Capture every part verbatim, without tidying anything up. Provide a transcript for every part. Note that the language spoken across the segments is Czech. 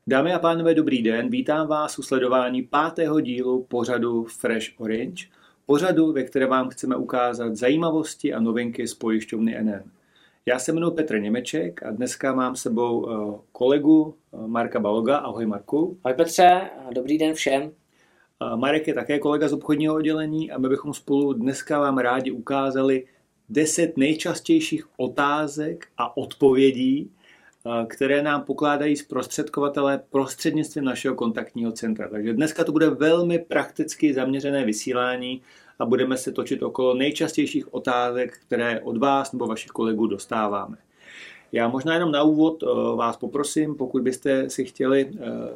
Dámy a pánové, dobrý den, vítám vás u sledování pátého dílu pořadu Fresh Orange, pořadu, ve které vám chceme ukázat zajímavosti a novinky z pojišťovny N N. Já se jmenuji Petr Němeček a dneska mám s sebou kolegu Marka Baloga. Ahoj Marku. Ahoj Petře, dobrý den všem. Marek je také kolega z obchodního oddělení a my bychom spolu dneska vám rádi ukázali deset nejčastějších otázek a odpovědí, které nám pokládají zprostředkovatelé prostřednictvím našeho kontaktního centra. Takže dneska to bude velmi prakticky zaměřené vysílání a budeme se točit okolo nejčastějších otázek, které od vás nebo vašich kolegů dostáváme. Já možná jenom na úvod vás poprosím, pokud byste si chtěli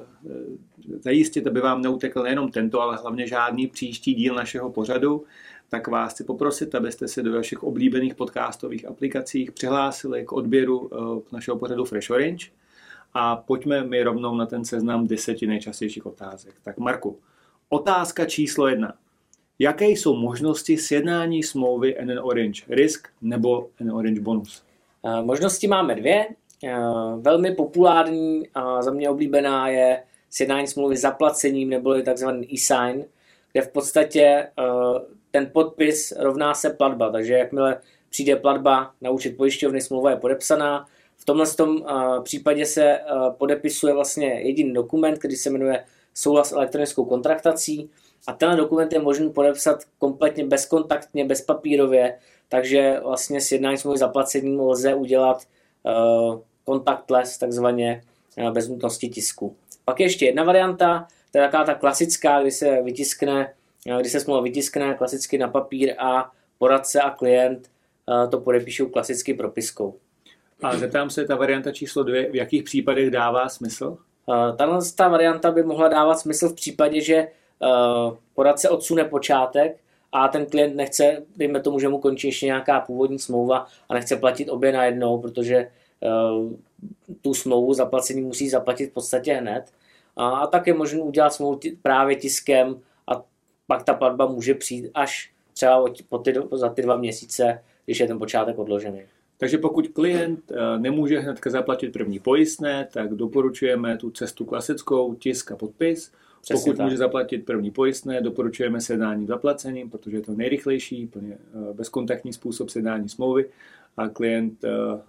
zajistit, aby vám neutekl nejenom tento, ale hlavně žádný příští díl našeho pořadu, tak vás chci poprosit, abyste se do vašich oblíbených podcastových aplikacích přihlásili k odběru našeho pořadu Fresh Orange a pojďme mi rovnou na ten seznam deseti nejčastějších otázek. Tak Marku, otázka číslo jedna. Jaké jsou možnosti sjednání smlouvy N N Orange Risk nebo N N Orange Bonus? Možnosti máme dvě. Velmi populární a za mě oblíbená je sjednání smlouvy zaplacením neboli takzvaný e-sign, kde v podstatě ten podpis rovná se platba, takže jakmile přijde platba na účet pojišťovny, smlouva je podepsaná. V tomhle tom případě se podepisuje vlastně jediný dokument, který se jmenuje souhlas s elektronickou kontraktací a tenhle dokument je možný podepsat kompletně bezkontaktně, bezpapírově, takže vlastně sjednání smlouvy zaplacením lze udělat contactless, takzvaně bez nutnosti tisku. Pak je ještě jedna varianta, to je taková ta klasická, kdy se vytiskne kdy se smlouva vytiskne klasicky na papír a poradce a klient to podepíšou klasicky propiskou. A zeptám se, ta varianta číslo dvě, v jakých případech dává smysl? Tahle ta varianta by mohla dávat smysl v případě, že poradce odsune počátek a ten klient nechce, dejme tomu, že mu končí ještě nějaká původní smlouva a nechce platit obě najednou, protože tu smlouvu zaplacení musí zaplatit v podstatě hned. A tak je možné udělat smlouvu právě tiskem a pak ta platba může přijít až třeba po ty, za ty dva měsíce, když je ten počátek odložený. Takže pokud klient nemůže hnedka zaplatit první pojistné, tak doporučujeme tu cestu klasickou, tisk a podpis. Přesně pokud tak. Může zaplatit první pojistné, doporučujeme sjednání zaplacením, protože je to nejrychlejší, plně bezkontaktní způsob sjednání smlouvy a klient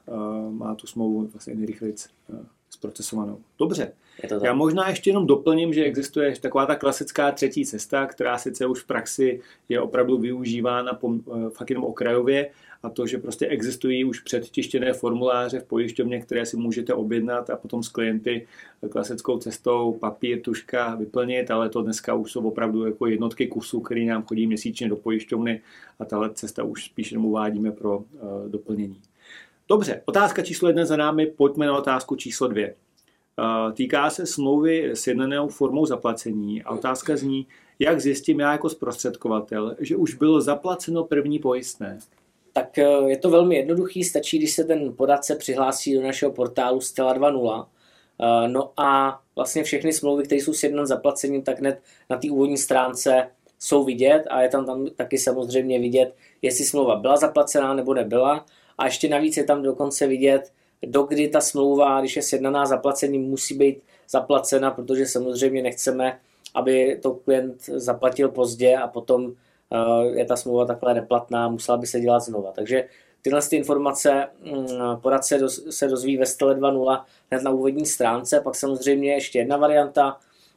má tu smlouvu vlastně nejrychleji zprocesovanou. Dobře. Já možná ještě jenom doplním, že existuje taková ta klasická třetí cesta, která sice už v praxi je opravdu využívána po, fakt jenom okrajově, a to, že prostě existují už předtištěné formuláře v pojišťovně, které si můžete objednat a potom s klienty klasickou cestou papír, tužka vyplnit, ale to dneska už jsou opravdu jako jednotky kusů, které nám chodí měsíčně do pojišťovny a tahle cesta už spíš jenom uvádíme pro uh, doplnění. Dobře, otázka číslo jedna za námi, pojďme na otázku číslo dvě. Týká se smlouvy sjednanou formou zaplacení a otázka zní, jak zjistím já jako zprostředkovatel, že už bylo zaplaceno první pojistné. Tak je to velmi jednoduchý, stačí, když se ten poradce přihlásí do našeho portálu Stella dva nula. No a vlastně všechny smlouvy, které jsou sjednané zaplacením, tak hned na té úvodní stránce jsou vidět a je tam, tam taky samozřejmě vidět, jestli smlouva byla zaplacená nebo nebyla. A ještě navíc je tam dokonce vidět, dokdy ta smlouva, když je sjednaná zaplacením, musí být zaplacena, protože samozřejmě nechceme, aby to klient zaplatil pozdě a potom je ta smlouva takhle neplatná, musela by se dělat znova. Takže tyhle ty informace poradce se dozví ve Stella dva nula hned na úvodní stránce. Pak samozřejmě ještě jedna varianta.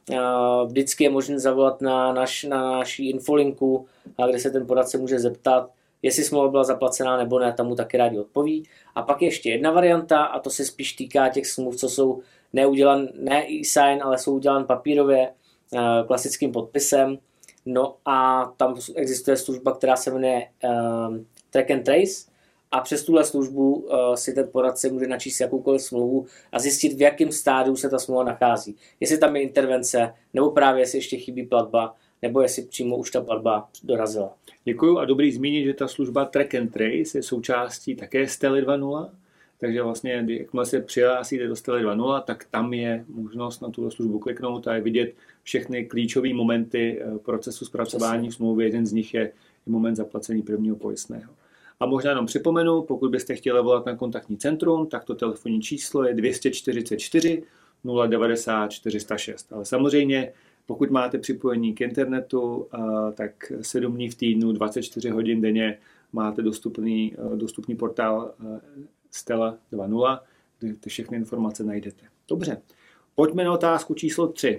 Vždycky je možné zavolat na, naš, na naší infolinku, kde se ten poradce může zeptat, jestli smlouva byla zaplacená nebo ne, tam mu taky rádi odpoví. A pak je ještě jedna varianta, a to se spíš týká těch smluv, co jsou neudělan, ne e-sign, ale jsou udělan papírově, klasickým podpisem. No a tam existuje služba, která se jmenuje um, Track and Trace a přes tuhle službu uh, si ten poradce může načíst jakoukoliv smlouvu a zjistit, v jakém stádiu se ta smlouva nachází. Jestli tam je intervence, nebo právě jestli ještě chybí platba, nebo jestli přímo už ta platba dorazila. Děkuju a dobrý zmínit, že ta služba Track and Trace je součástí také Stella dva nula, takže vlastně, jakmile se přihlásíte do Stella dva nula, tak tam je možnost na tuto službu kliknout a je vidět všechny klíčové momenty procesu zpracování smlouvy. Jeden z nich je moment zaplacení prvního pojistného. A možná jenom připomenu, pokud byste chtěli volat na kontaktní centrum, tak to telefonní číslo je dvě čtyřicet čtyři nula devadesát čtyři sta šest. Ale samozřejmě, pokud máte připojení k internetu, tak sedm dní v týdnu, dvacet čtyři hodin denně máte dostupný, dostupný portál Stella dva tečka nula, kde ty všechny informace najdete. Dobře, pojďme na otázku číslo tři.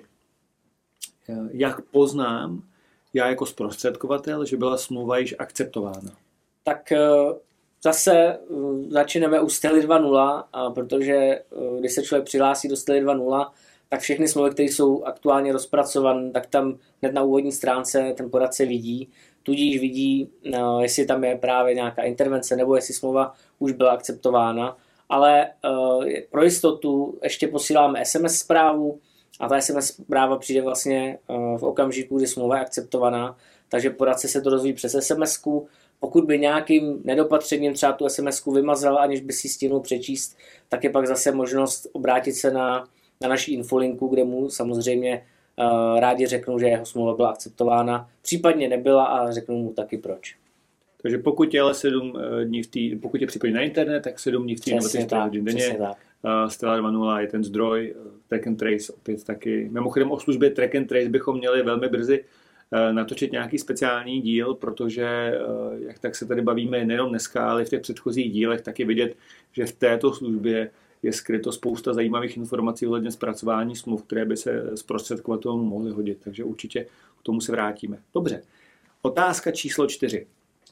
Jak poznám já jako zprostředkovatel, že byla smlouva již akceptována? Tak zase začneme u Stelly dva tečka nula, protože když se člověk přihlásí do Stelly dva tečka nula, tak všechny smlouvy, které jsou aktuálně rozpracované, tak tam hned na úvodní stránce ten poradce vidí, tudíž vidí, jestli tam je právě nějaká intervence nebo jestli smlouva už byla akceptována. Ale pro jistotu ještě posíláme es em es zprávu a ta es em es zpráva přijde vlastně v okamžiku, kdy smlouva je akceptovaná, takže poradce se to dozví přes es em esku. Pokud by nějakým nedopatřením třeba tu es em esku vymazal, aniž by si stihnul přečíst, tak je pak zase možnost obrátit se na, na naši infolinku, kde mu samozřejmě uh, rádi řeknou, že jeho smlouva byla akceptována, případně nebyla a řeknou mu taky proč. Takže pokud je ale sedm dní v týdnu, pokud je připojený na internet, tak sedm dní v týdnu, dvacet čtyři hodin denně. Uh, Stella dva tečka nula je ten zdroj, uh, Track and Trace opět taky. Mimochodem o službě Track and Trace bychom měli velmi brzy natočit nějaký speciální díl, protože jak tak se tady bavíme nejenom dneska, ale v těch předchozích dílech, tak je vidět, že v této službě je skryto spousta zajímavých informací ohledně zpracování smluv, které by se zprostředkovatelům mohly hodit. Takže určitě k tomu se vrátíme. Dobře. Otázka číslo čtyři.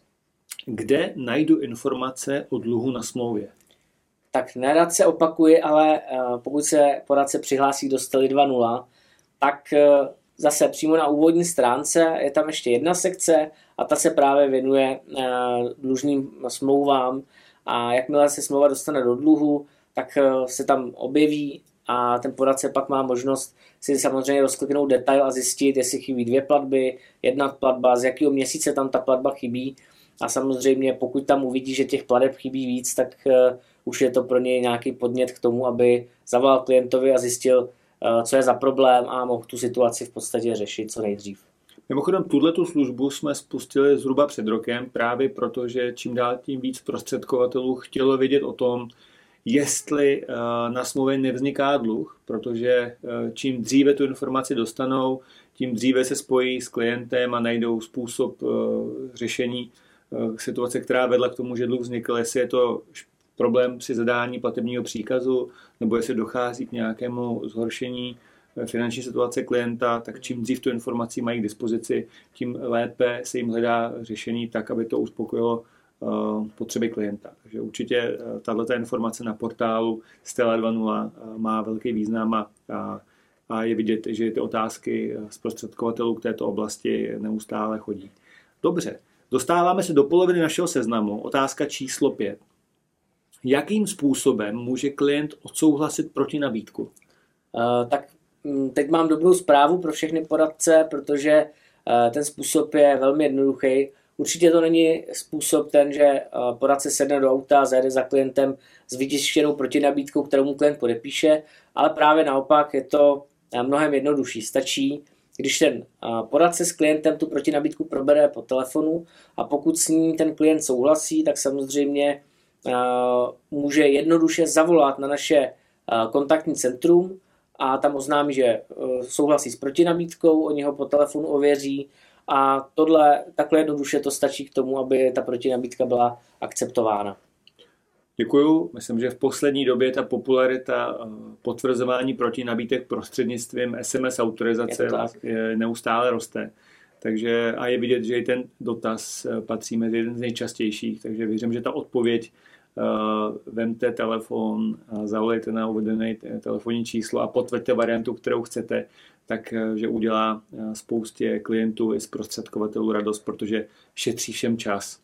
Kde najdu informace o dluhu na smlouvě? Tak nerad se opakuje, ale pokud se poradce přihlásí do Stelly dva tečka nula, tak zase přímo na úvodní stránce je tam ještě jedna sekce a ta se právě věnuje dlužným smlouvám a jakmile se smlouva dostane do dluhu, tak se tam objeví a ten poradce pak má možnost si samozřejmě rozkliknout detail a zjistit, jestli chybí dvě platby, jedna platba, z jakého měsíce tam ta platba chybí a samozřejmě pokud tam uvidí, že těch plateb chybí víc, tak už je to pro něj nějaký podnět k tomu, aby zavolal klientovi a zjistil, co je za problém a mohl tu situaci v podstatě řešit co nejdřív. Mimochodem, tuhletu službu jsme spustili zhruba před rokem, právě protože čím dál tím víc prostředkovatelů chtělo vědět o tom, jestli na smlouvě nevzniká dluh, protože čím dříve tu informaci dostanou, tím dříve se spojí s klientem a najdou způsob řešení situace, která vedla k tomu, že dluh vznikl, jestli je to problém při zadání platebního příkazu, nebo jestli dochází k nějakému zhoršení finanční situace klienta, tak čím dřív tu informaci mají k dispozici, tím lépe se jim hledá řešení tak, aby to uspokojilo uh, potřeby klienta. Takže určitě uh, tato informace na portálu Stella dva tečka nula uh, má velký význam a, a, a je vidět, že ty otázky zprostředkovatelů k této oblasti neustále chodí. Dobře, dostáváme se do poloviny našeho seznamu. Otázka číslo pět. Jakým způsobem může klient odsouhlasit protinabídku? Uh, tak teď mám dobrou zprávu pro všechny poradce, protože uh, ten způsob je velmi jednoduchý. Určitě to není způsob ten, že uh, poradce sedne do auta, zajede za klientem s vytištěnou protinabídkou, kterou mu klient podepíše, ale právě naopak je to uh, mnohem jednodušší. Stačí, když ten uh, poradce s klientem tu protinabídku probere po telefonu a pokud s ní ten klient souhlasí, tak samozřejmě může jednoduše zavolat na naše kontaktní centrum a tam oznámí, že souhlasí s protinabídkou, oni ho po telefonu ověří a tohle, takhle jednoduše to stačí k tomu, aby ta protinabídka byla akceptována. Děkuju. Myslím, že v poslední době ta popularita potvrzování protinabídek prostřednictvím es em es autorizace je neustále roste. Takže a je vidět, že i ten dotaz patří mezi jeden z nejčastějších, takže věřím, že ta odpověď uh, vemte telefon, zavolejte na uvedené telefonní číslo a potvrďte variantu, kterou chcete, takže udělá spoustě klientů i zprostředkovatelů radost, protože šetří všem čas.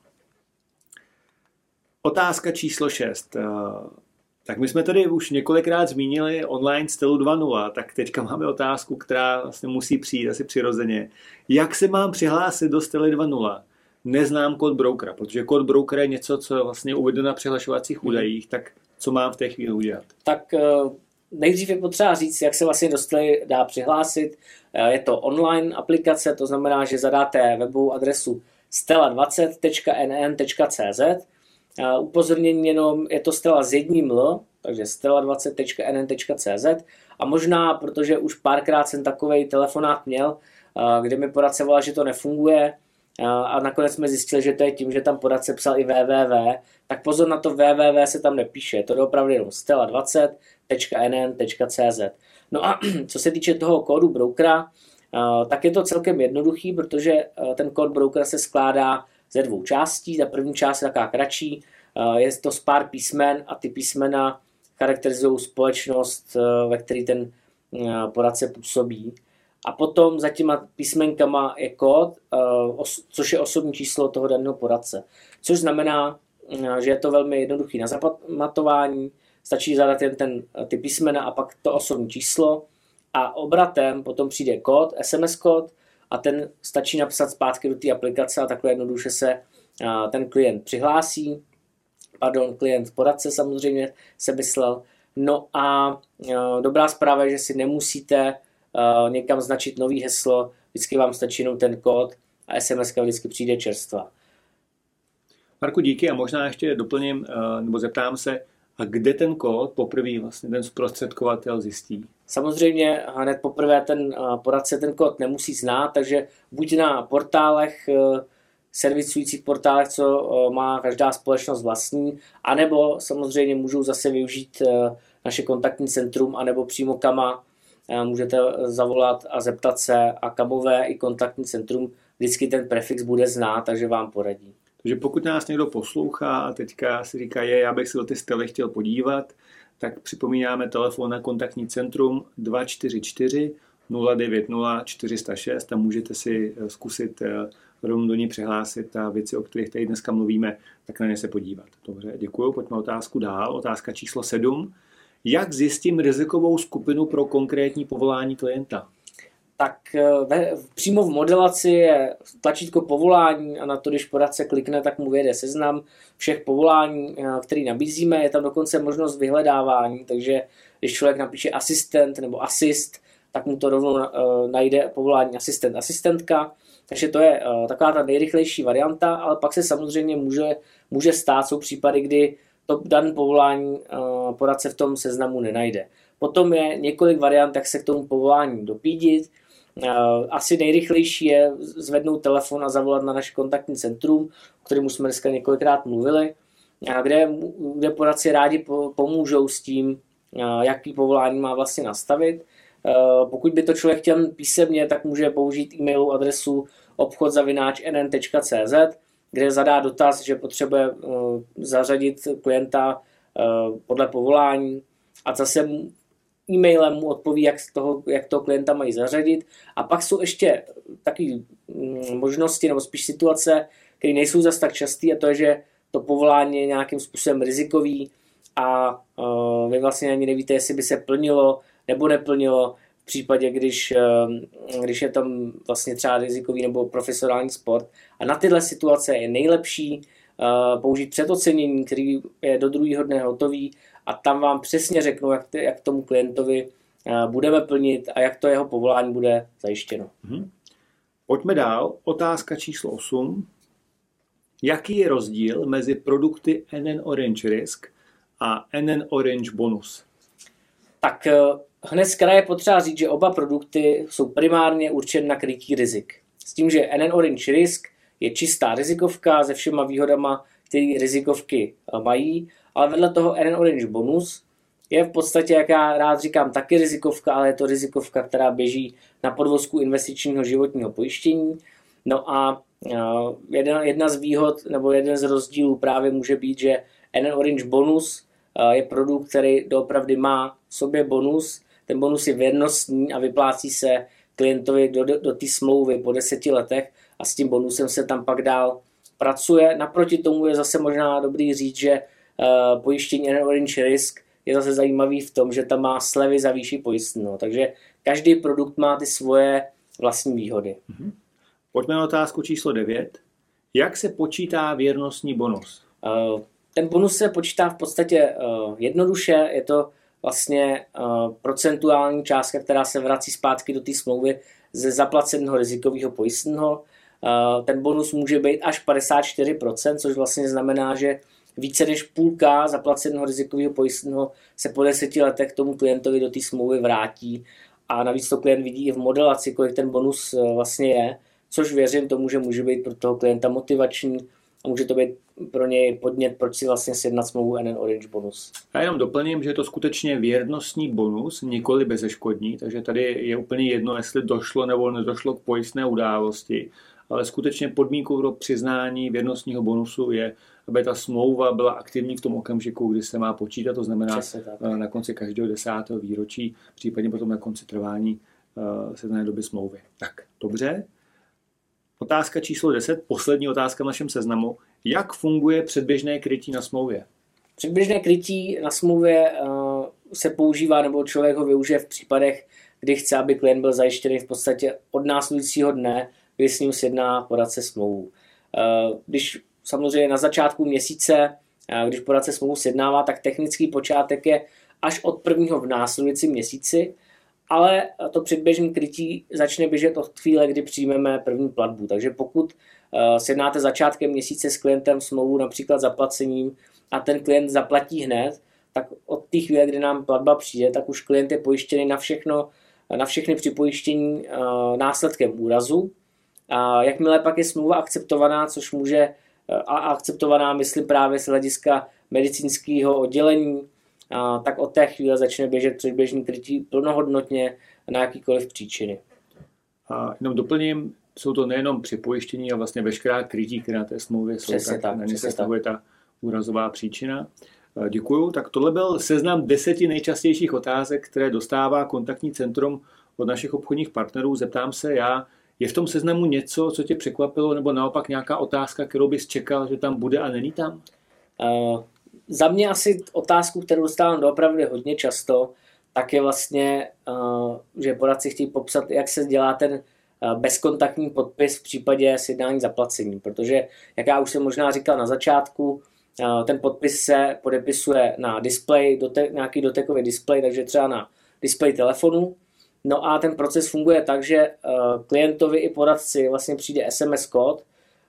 Otázka číslo šest. Tak my jsme tady už několikrát zmínili online Stellu dva tečka nula, tak teďka máme otázku, která vlastně musí přijít asi přirozeně. Jak se mám přihlásit do Stelly dva tečka nula? Neznám kód brokera, protože kód brokera je něco, co je vlastně uvedeno na přihlašovacích údajích, tak co mám v té chvíli udělat? Tak nejdřív je potřeba říct, jak se vlastně do Stelly dá přihlásit. Je to online aplikace, to znamená, že zadáte webovou adresu stella dvacet tečka n n tečka c z. Upozornění jenom, je to Stella s jedním L, takže stella dvacet tečka n n tečka c z A možná, protože už párkrát jsem takovej telefonát měl, kde mi poradce volal, že to nefunguje, a nakonec jsme zjistili, že to je tím, že tam poradce psal i www, tak pozor na to www se tam nepíše, je to opravdu jenom stela dvacet tečka n n tečka c z. No a co se týče toho kódu brokera, tak je to celkem jednoduchý, protože ten kód brokera se skládá ze dvou částí. Ta první část je taková kratší, je to z pár písmen a ty písmena charakterizují společnost, ve které ten poradce působí. A potom za těma písmenkama je kód, což je osobní číslo toho daného poradce. Což znamená, že je to velmi jednoduchý na zapamatování, stačí zadat jen ten, ty písmena a pak to osobní číslo a obratem potom přijde kód, es em es kód a ten stačí napsat zpátky do té aplikace a takhle jednoduše se ten klient přihlásí, pardon, klient poradce samozřejmě se myslel. No a dobrá zpráva je, že si nemusíte někam značit nový heslo, vždycky vám stačí jenom ten kód a es em eska vždycky přijde čerstvá. Marku, díky a možná ještě doplním, nebo zeptám se, a kde ten kód poprvé vlastně ten zprostředkovatel zjistí? Samozřejmě hned poprvé ten poradce ten kód nemusí znát, takže buď na portálech, servisujících portálech, co má každá společnost vlastní, anebo samozřejmě můžou zase využít naše kontaktní centrum, anebo přímo kama můžete zavolat a zeptat se a kamové i kontaktní centrum vždycky ten prefix bude znát, takže vám poradí. Takže pokud nás někdo poslouchá a teďka si říká, je, já bych si do ty stely chtěl podívat, tak připomínáme telefon na kontaktní centrum dva čtyři čtyři nula devět nula čtyři nula šest a můžete si zkusit rovnou do ní přihlásit a věci, o kterých tady dneska mluvíme, tak na ně se podívat. Dobře, děkuju, pojďme otázku dál. Otázka číslo sedm. Jak zjistím rizikovou skupinu pro konkrétní povolání klienta? Tak ve, přímo v modelaci je tlačítko povolání a na to, když poradce klikne, tak mu vyjede seznam všech povolání, který nabízíme. Je tam dokonce možnost vyhledávání, takže když člověk napíše asistent nebo asist, tak mu to rovnou najde povolání asistent, asistentka. Takže to je taková ta nejrychlejší varianta, ale pak se samozřejmě může, může stát, jsou případy, kdy to dané povolání poradce v tom seznamu nenajde. Potom je několik variant, jak se k tomu povolání dopídit. Asi nejrychlejší je zvednout telefon a zavolat na naše kontaktní centrum, o kterém už jsme dneska několikrát mluvili, kde, kde poradci rádi pomůžou s tím, jaký povolání má vlastně nastavit. Pokud by to člověk chtěl písemně, tak může použít e-mailovou adresu obchod zavináč n n tečka c z, kde zadá dotaz, že potřebuje zařadit klienta podle povolání a zase e-mailem mu odpoví, jak, toho, jak toho klienta mají zařadit. A pak jsou ještě takové možnosti nebo spíš situace, které nejsou zas tak časté, a to je, že to povolání je nějakým způsobem rizikový a uh, vy vlastně ani nevíte, jestli by se plnilo nebo neplnilo v případě, když, uh, když je tam vlastně třeba rizikový nebo profesionální sport. A na tyhle situace je nejlepší uh, použít předocenění, který je do druhého dne hotový, a tam vám přesně řeknu, jak, t- jak tomu klientovi uh, budeme plnit a jak to jeho povolání bude zajištěno. Hmm. Pojďme dál. Otázka číslo osm. Jaký je rozdíl mezi produkty N N Orange Risk a N N Orange Bonus? Tak uh, hned z kraje potřeba říct, že oba produkty jsou primárně určeny na krytí rizik. S tím, že N N Orange Risk je čistá rizikovka se všema výhodama, které rizikovky mají, ale vedle toho N N Orange Bonus je v podstatě, jak já rád říkám, taky rizikovka, ale je to rizikovka, která běží na podvozku investičního životního pojištění. No a jedna, jedna z výhod nebo jeden z rozdílů právě může být, že N N Orange Bonus je produkt, který doopravdy má v sobě bonus. Ten bonus je věrnostní a vyplácí se klientovi do, do, do té smlouvy po deseti letech a s tím bonusem se tam pak dál pracuje. Naproti tomu je zase možná dobrý říct, že uh, pojištění N N Orange Risk je zase zajímavý v tom, že tam má slevy za výši pojistného. Takže každý produkt má ty svoje vlastní výhody. Mm-hmm. Pojďme na otázku číslo devět. Jak se počítá věrnostní bonus? Uh, ten bonus se počítá v podstatě uh, jednoduše. Je to vlastně uh, procentuální částka, která se vrací zpátky do té smlouvy ze zaplaceného rizikového pojistného. Uh, ten bonus může být až padesát čtyři procent, což vlastně znamená, že více než půlka zaplaceného rizikového pojistného se po deseti letech tomu klientovi do té smlouvy vrátí a navíc to klient vidí i v modelaci, kolik ten bonus vlastně je, což věřím tomu, že může být pro toho klienta motivační a může to být pro něj podnět, proč si vlastně sjednat smlouvu N N Orange bonus. Já jenom doplním, že je to skutečně věrnostní bonus, nikoli bezeškodní, takže tady je úplně jedno, jestli došlo nebo nedošlo k pojistné události, ale skutečně podmínkou pro přiznání věrnostního bonusu je, aby ta smlouva byla aktivní v tom okamžiku, kdy se má počítat, to znamená na konci každého desátého výročí, případně potom na konci trvání uh, sjednané doby smlouvy. Tak, dobře. Otázka číslo deset, poslední otázka v našem seznamu. Jak funguje předběžné krytí na smlouvě? Předběžné krytí na smlouvě uh, se používá, nebo člověk ho využije v případech, kdy chce, aby klient byl zajištěný v podstatě od následujícího dne, kdy s ním sjedná poradce smlouvu. Uh, když samozřejmě na začátku měsíce, uh, když poradce smlouvu sjednává, tak technický počátek je až od prvního v následujícím měsíci, ale to předběžné krytí začne běžet od chvíle, kdy přijmeme první platbu. Takže pokud uh, sjednáte začátkem měsíce s klientem smlouvu například zaplacením a ten klient zaplatí hned, tak od té chvíle, kdy nám platba přijde, tak už klient je pojištěný na všechno, na všechny připojištění uh, následkem úrazu. A jakmile pak je smlouva akceptovaná, což může uh, a akceptovaná, myslím právě z hlediska medicínského oddělení, a tak od té chvíle začne běžet předběžný krytí plnohodnotně na jakýkoliv příčiny. A jenom doplním, jsou to nejenom připojištění, ale vlastně veškerá krytí, která na té smlouvě jsou, přesně tak, tak na ně se stavuje ta úrazová příčina. Děkuju. Tak tohle byl seznam deseti nejčastějších otázek, které dostává kontaktní centrum od našich obchodních partnerů. Zeptám se já, je v tom seznamu něco, co tě překvapilo, nebo naopak nějaká otázka, kterou bys čekal, že tam bude a není tam? Uh... Za mě asi otázku, kterou dostávám doopravdy hodně často, tak je vlastně, že poradci chtějí popsat, jak se dělá ten bezkontaktní podpis v případě sjednání zaplacení. Protože, jak já už jsem možná říkal na začátku, ten podpis se podepisuje na displej, dotek, nějaký dotekový displej, takže třeba na displej telefonu. No a ten proces funguje tak, že klientovi i poradci vlastně přijde es em es kód,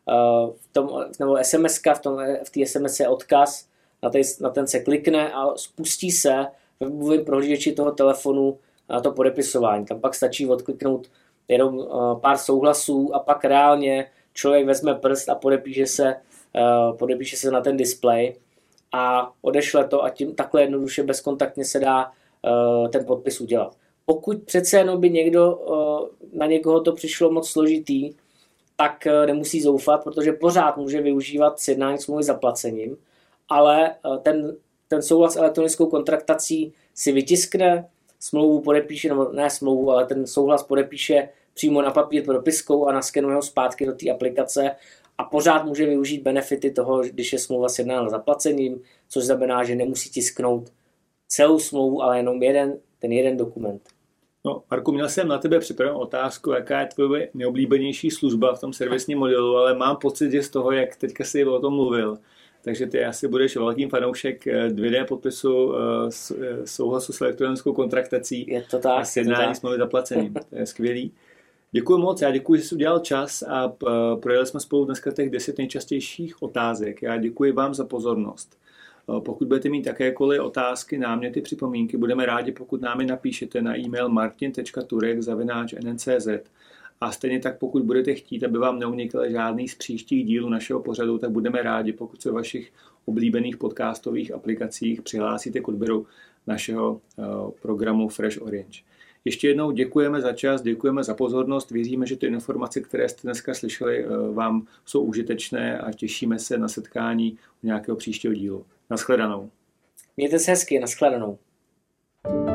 v tom, nebo es em eska, v, tom, v té es em es je odkaz, Na, tej, na ten se klikne a spustí se ve webovém prohlížeči toho telefonu na to podepisování. Tam pak stačí odkliknout jenom uh, pár souhlasů a pak reálně člověk vezme prst a podepíše se, uh, podepíše se na ten displej a odešle to a tím takhle jednoduše bezkontaktně se dá uh, ten podpis udělat. Pokud přece jenom by někdo, uh, na někoho to přišlo moc složitý, tak uh, nemusí zoufat, protože pořád může využívat sjednání smlouvy zaplacením, ale ten, ten souhlas elektronickou kontraktací si vytiskne, smlouvu podepíše, nebo ne smlouvu, ale ten souhlas podepíše přímo na papír propiskou a naskenuje ho zpátky do té aplikace a pořád může využít benefity toho, když je smlouva sjednána zaplacením, což znamená, že nemusí tisknout celou smlouvu, ale jenom jeden, ten jeden dokument. No, Marku, měl jsem na tebe připravenou otázku, jaká je tvoje nejoblíbenější služba v tom servisním modelu, ale mám pocit, že z toho, jak teďka si o tom mluvil, takže ty asi budeš velkým fanoušek dvě dé podpisu, souhlasu s elektronickou kontraktací je to tak, a sjednání smlouvy zaplacením. To je skvělý. Děkuji moc, já děkuji, že jsi udělal čas a projeli jsme spolu dneska těch deset nejčastějších otázek. Já děkuji vám za pozornost. Pokud budete mít jakékoliv otázky, náměty, připomínky, budeme rádi, pokud nám je napíšete na e-mail martin tečka turek zavináč n n tečka c z. A stejně tak, pokud budete chtít, aby vám neunikl žádný z příštích dílů našeho pořadu, tak budeme rádi, pokud se v vašich oblíbených podcastových aplikacích přihlásíte k odběru našeho programu Fresh Orange. Ještě jednou děkujeme za čas, děkujeme za pozornost, věříme, že ty informace, které jste dneska slyšeli, vám jsou užitečné a těšíme se na setkání u nějakého příštího dílu. Naschledanou. Mějte se hezky, naschledanou.